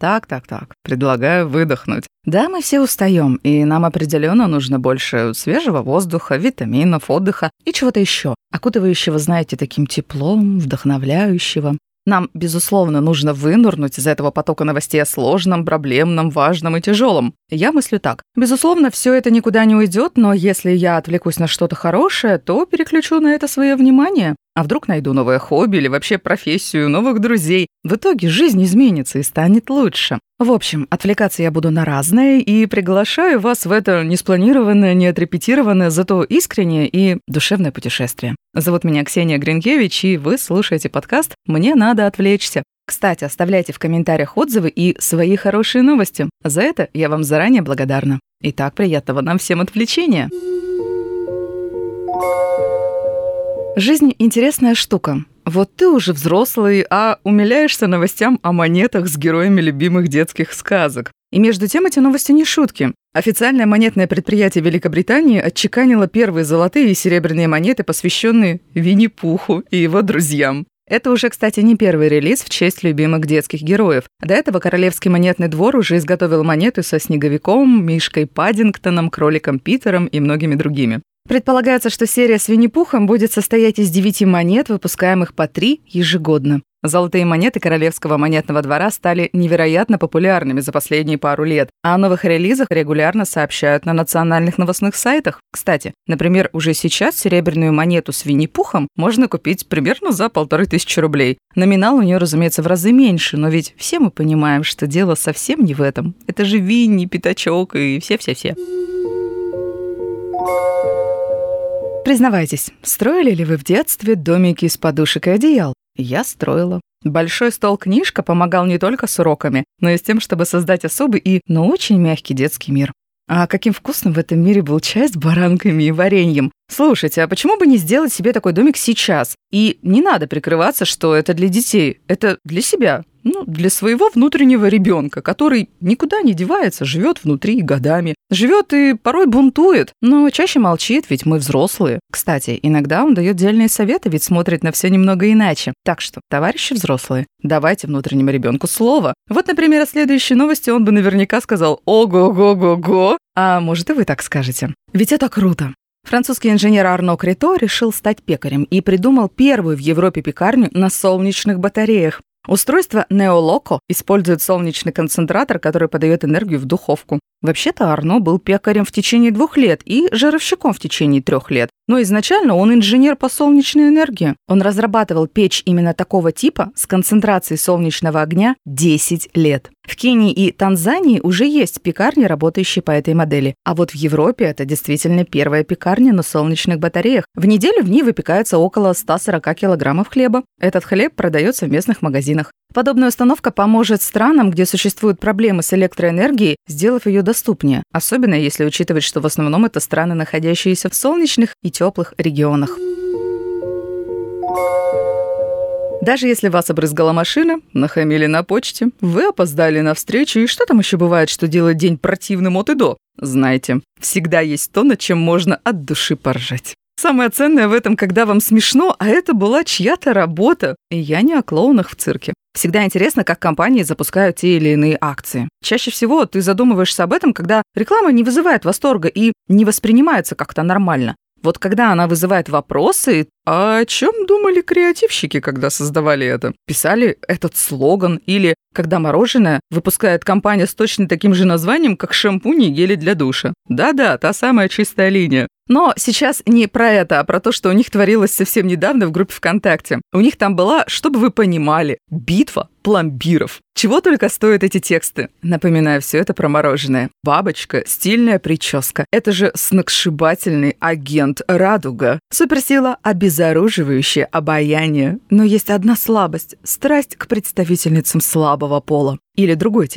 Так. Предлагаю выдохнуть. Да, мы все устаем, и нам определенно нужно больше свежего воздуха, витаминов, отдыха и чего-то еще, окутывающего, знаете, таким теплом, вдохновляющего. Нам, безусловно, нужно вынырнуть из этого потока новостей о сложном, проблемном, важном и тяжелом. Я мыслю так. Безусловно, все это никуда не уйдет, но если я отвлекусь на что-то хорошее, то переключу на это свое внимание. А вдруг найду новое хобби или вообще профессию, новых друзей. В итоге жизнь изменится и станет лучше. В общем, отвлекаться я буду на разное и приглашаю вас в это неспланированное, не отрепетированное, зато искреннее и душевное путешествие. Зовут меня Ксения Гринкевич, и вы слушаете подкаст «Мне надо отвлечься». Кстати, оставляйте в комментариях отзывы и свои хорошие новости. За это я вам заранее благодарна. Итак, приятного нам всем отвлечения. Жизнь – интересная штука. Вот ты уже взрослый, а умиляешься новостям о монетах с героями любимых детских сказок. И между тем эти новости не шутки. Официальное монетное предприятие Великобритании отчеканило первые золотые и серебряные монеты, посвященные Винни-Пуху и его друзьям. Это уже, кстати, не первый релиз в честь любимых детских героев. До этого Королевский монетный двор уже изготовил монеты со Снеговиком, Мишкой Паддингтоном, Кроликом Питером и многими другими. Предполагается, что серия с Винни-Пухом будет состоять из 9 монет, выпускаемых по 3 ежегодно. Золотые монеты Королевского монетного двора стали невероятно популярными за последние пару лет, а о новых релизах регулярно сообщают на национальных новостных сайтах. Кстати, например, уже сейчас серебряную монету с Винни-Пухом можно купить примерно за 1500 рублей. Номинал у нее, разумеется, в разы меньше, но ведь все мы понимаем, что дело совсем не в этом. Это же Винни, Пятачок и все-все-все. Признавайтесь, строили ли вы в детстве домики из подушек и одеял? Я строила. Большой стол-книжка помогал не только с уроками, но и с тем, чтобы создать особый и, но очень мягкий детский мир. А каким вкусным в этом мире был чай с баранками и вареньем. Слушайте, а почему бы не сделать себе такой домик сейчас? И не надо прикрываться, что это для детей. Это для себя. Для своего внутреннего ребенка, который никуда не девается, живет внутри годами. Живет и порой бунтует, но чаще молчит, ведь мы взрослые. Кстати, иногда он дает дельные советы, ведь смотрит на все немного иначе. Так что, товарищи взрослые, давайте внутреннему ребенку слово. Вот, например, о следующей новости он бы наверняка сказал «Ого-го-го-го», а может и вы так скажете. Ведь это круто. Французский инженер Арно Крито решил стать пекарем и придумал первую в Европе пекарню на солнечных батареях. Устройство Неолоко использует солнечный концентратор, который подает энергию в духовку. Вообще-то Арно был пекарем в течение 2 лет и жировщиком в течение 3 лет. Но изначально он инженер по солнечной энергии. Он разрабатывал печь именно такого типа с концентрацией солнечного огня 10 лет. В Кении и Танзании уже есть пекарни, работающие по этой модели. А вот в Европе это действительно первая пекарня на солнечных батареях. В неделю в ней выпекается около 140 килограммов хлеба. Этот хлеб продается в местных магазинах. Подобная установка поможет странам, где существуют проблемы с электроэнергией, сделав ее доступнее. Особенно если учитывать, что в основном это страны, находящиеся в солнечных и теплых регионах. Даже если вас обрызгала машина, нахамили на почте, вы опоздали на встречу, и что там еще бывает, что делает день противным от и до? Знайте, всегда есть то, над чем можно от души поржать. Самое ценное в этом, когда вам смешно, а это была чья-то работа. И я не о клоунах в цирке. Всегда интересно, как компании запускают те или иные акции. Чаще всего ты задумываешься об этом, когда реклама не вызывает восторга и не воспринимается как-то нормально. Вот когда она вызывает вопросы, а о чем думали креативщики, когда создавали это? Писали этот слоган? Или когда мороженое выпускает компания с точно таким же названием, как шампунь и гели для душа? Да-да, та самая чистая линия. Но сейчас не про это, а про то, что у них творилось совсем недавно в группе ВКонтакте. У них там была, чтобы вы понимали, битва пломбиров. Чего только стоят эти тексты. Напоминаю, все это про мороженое. Бабочка, стильная прическа. Это же сногсшибательный агент Радуга. Суперсила, обезоруживающее обаяние. Но есть одна слабость – страсть к представительницам слабого пола. Или другой текст.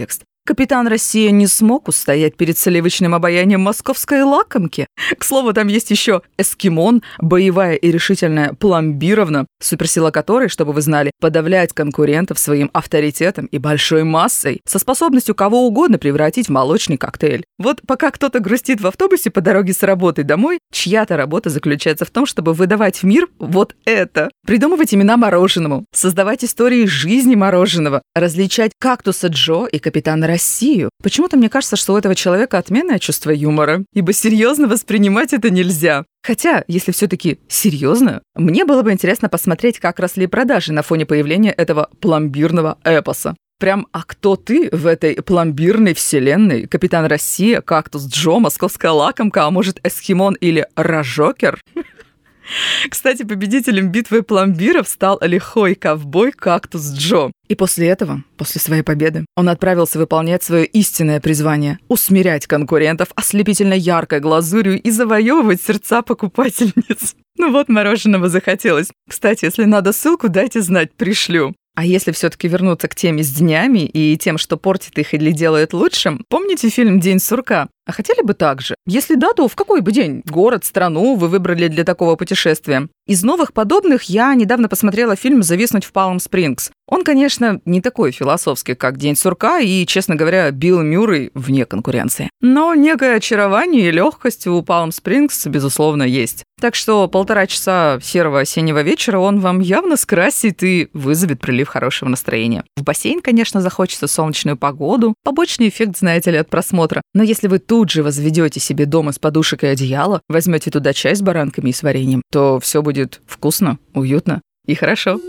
Капитан Россия не смог устоять перед сливочным обаянием московской лакомки. К слову, там есть еще эскимон, боевая и решительная Пломбировна, суперсила которой, чтобы вы знали, подавлять конкурентов своим авторитетом и большой массой, со способностью кого угодно превратить в молочный коктейль. Вот пока кто-то грустит в автобусе по дороге с работы домой, чья-то работа заключается в том, чтобы выдавать в мир вот это. Придумывать имена мороженому, создавать истории жизни мороженого, различать кактуса Джо и капитана Россию. Почему-то мне кажется, что у этого человека отменное чувство юмора, ибо серьезно воспринимать это нельзя. Хотя, если все-таки серьезно, мне было бы интересно посмотреть, как росли продажи на фоне появления этого пломбирного эпоса. Прям, а кто ты в этой пломбирной вселенной? Капитан Россия, кактус Джо, московская лакомка, а может эскимон или рожокер? Кстати, победителем битвы пломбиров стал лихой ковбой кактус Джо. И после этого, после своей победы, он отправился выполнять свое истинное призвание – усмирять конкурентов ослепительно яркой глазурью и завоевывать сердца покупательниц. Ну вот, мороженого захотелось. Кстати, если надо ссылку, дайте знать, пришлю. А если все-таки вернуться к теме с днями и тем, что портит их или делает лучшим, помните фильм «День сурка»? А хотели бы так же? Если да, то в какой бы день, город, страну вы выбрали для такого путешествия? Из новых подобных я недавно посмотрела фильм «Зависнуть в Палм-Спрингс». Он, конечно, не такой философский, как «День сурка», и, честно говоря, Билл Мюррей вне конкуренции. Но некое очарование и легкость у Палм-Спрингс, безусловно, есть. Так что 1,5 часа серого осеннего вечера он вам явно скрасит и вызовет прилив хорошего настроения. В бассейн, конечно, захочется солнечную погоду, побочный эффект, знаете ли, от просмотра. Но если вы тут же возведете себе дом из подушек и одеяла, возьмете туда чай с баранками и с вареньем, то все будет вкусно, уютно и хорошо.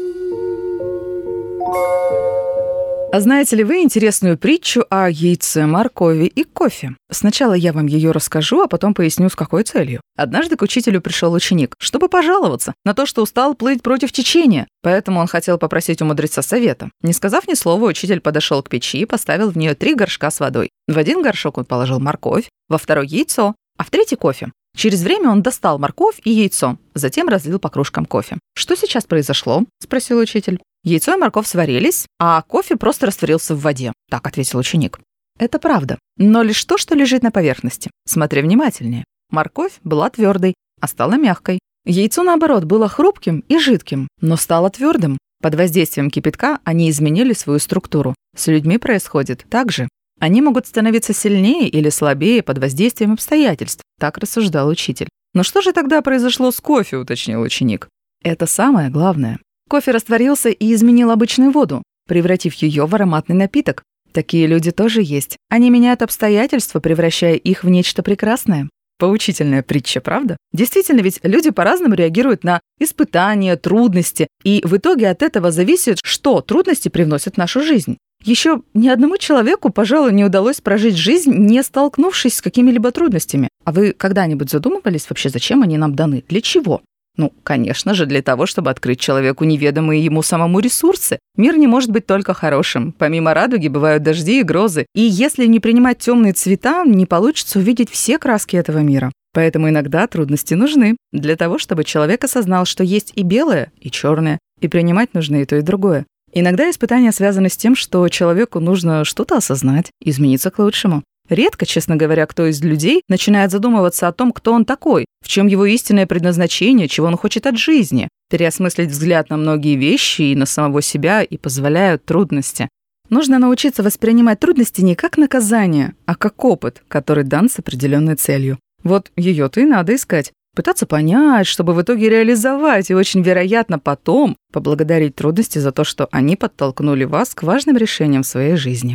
А знаете ли вы интересную притчу о яйце, моркови и кофе? Сначала я вам ее расскажу, а потом поясню, с какой целью. Однажды к учителю пришел ученик, чтобы пожаловаться на то, что устал плыть против течения. Поэтому он хотел попросить у мудреца совета. Не сказав ни слова, учитель подошел к печи и поставил в нее 3 горшка с водой. В один горшок он положил морковь, во второй яйцо, а в третий кофе. Через время он достал морковь и яйцо, затем разлил по кружкам кофе. «Что сейчас произошло?» – спросил учитель. «Яйцо и морковь сварились, а кофе просто растворился в воде», – так ответил ученик. Это правда, но лишь то, что лежит на поверхности. Смотри внимательнее. Морковь была твердой, а стала мягкой. Яйцо, наоборот, было хрупким и жидким, но стало твердым. Под воздействием кипятка они изменили свою структуру. С людьми происходит так же. Они могут становиться сильнее или слабее под воздействием обстоятельств, так рассуждал учитель. «Но что же тогда произошло с кофе?» – уточнил ученик. Это самое главное. Кофе растворился и изменил обычную воду, превратив ее в ароматный напиток. Такие люди тоже есть. Они меняют обстоятельства, превращая их в нечто прекрасное. Поучительная притча, правда? Действительно, ведь люди по-разному реагируют на испытания, трудности, и в итоге от этого зависит, что трудности привносят в нашу жизнь. Еще ни одному человеку, пожалуй, не удалось прожить жизнь, не столкнувшись с какими-либо трудностями. А вы когда-нибудь задумывались вообще, зачем они нам даны? Для чего? Ну, конечно же, для того, чтобы открыть человеку неведомые ему самому ресурсы. Мир не может быть только хорошим. Помимо радуги бывают дожди и грозы. И если не принимать темные цвета, не получится увидеть все краски этого мира. Поэтому иногда трудности нужны для того, чтобы человек осознал, что есть и белое, и черное, и принимать нужно и то, и другое. Иногда испытания связаны с тем, что человеку нужно что-то осознать, измениться к лучшему. Редко, честно говоря, кто из людей начинает задумываться о том, кто он такой, в чем его истинное предназначение, чего он хочет от жизни, переосмыслить взгляд на многие вещи и на самого себя и позволяют трудности. Нужно научиться воспринимать трудности не как наказание, а как опыт, который дан с определенной целью. Вот ее-то и надо искать, пытаться понять, чтобы в итоге реализовать, и очень вероятно потом поблагодарить трудности за то, что они подтолкнули вас к важным решениям в своей жизни.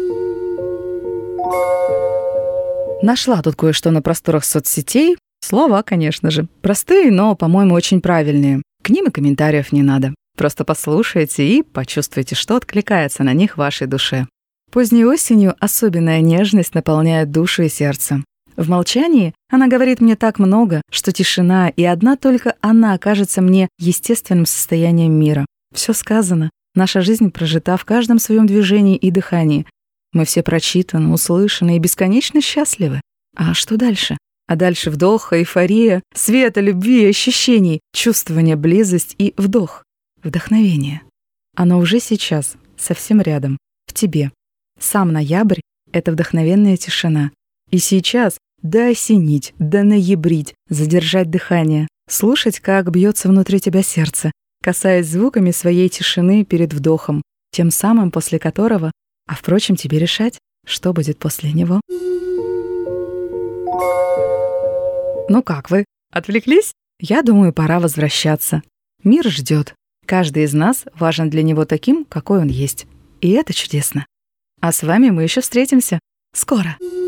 Нашла тут кое-что на просторах соцсетей. Слова, конечно же. Простые, но, по-моему, очень правильные. К ним и комментариев не надо. Просто послушайте и почувствуйте, что откликается на них в вашей душе. Поздней осенью особенная нежность наполняет душу и сердце. В молчании она говорит мне так много, что тишина, и одна только она кажется мне естественным состоянием мира. Все сказано. Наша жизнь прожита в каждом своем движении и дыхании. Мы все прочитаны, услышаны и бесконечно счастливы. А что дальше? А дальше вдох, эйфория, света, любви и ощущений, чувствование, близость и вдох, вдохновение. Оно уже сейчас, совсем рядом, в тебе. Сам ноябрь — это вдохновенная тишина. И сейчас да осенить, да ноябрить, задержать дыхание, слушать, как бьется внутри тебя сердце, касаясь звуками своей тишины перед вдохом, тем самым после которого, а впрочем, тебе решать, что будет после него. Ну как вы, отвлеклись? Я думаю, пора возвращаться. Мир ждет. Каждый из нас важен для него таким, какой он есть. И это чудесно. А с вами мы еще встретимся скоро.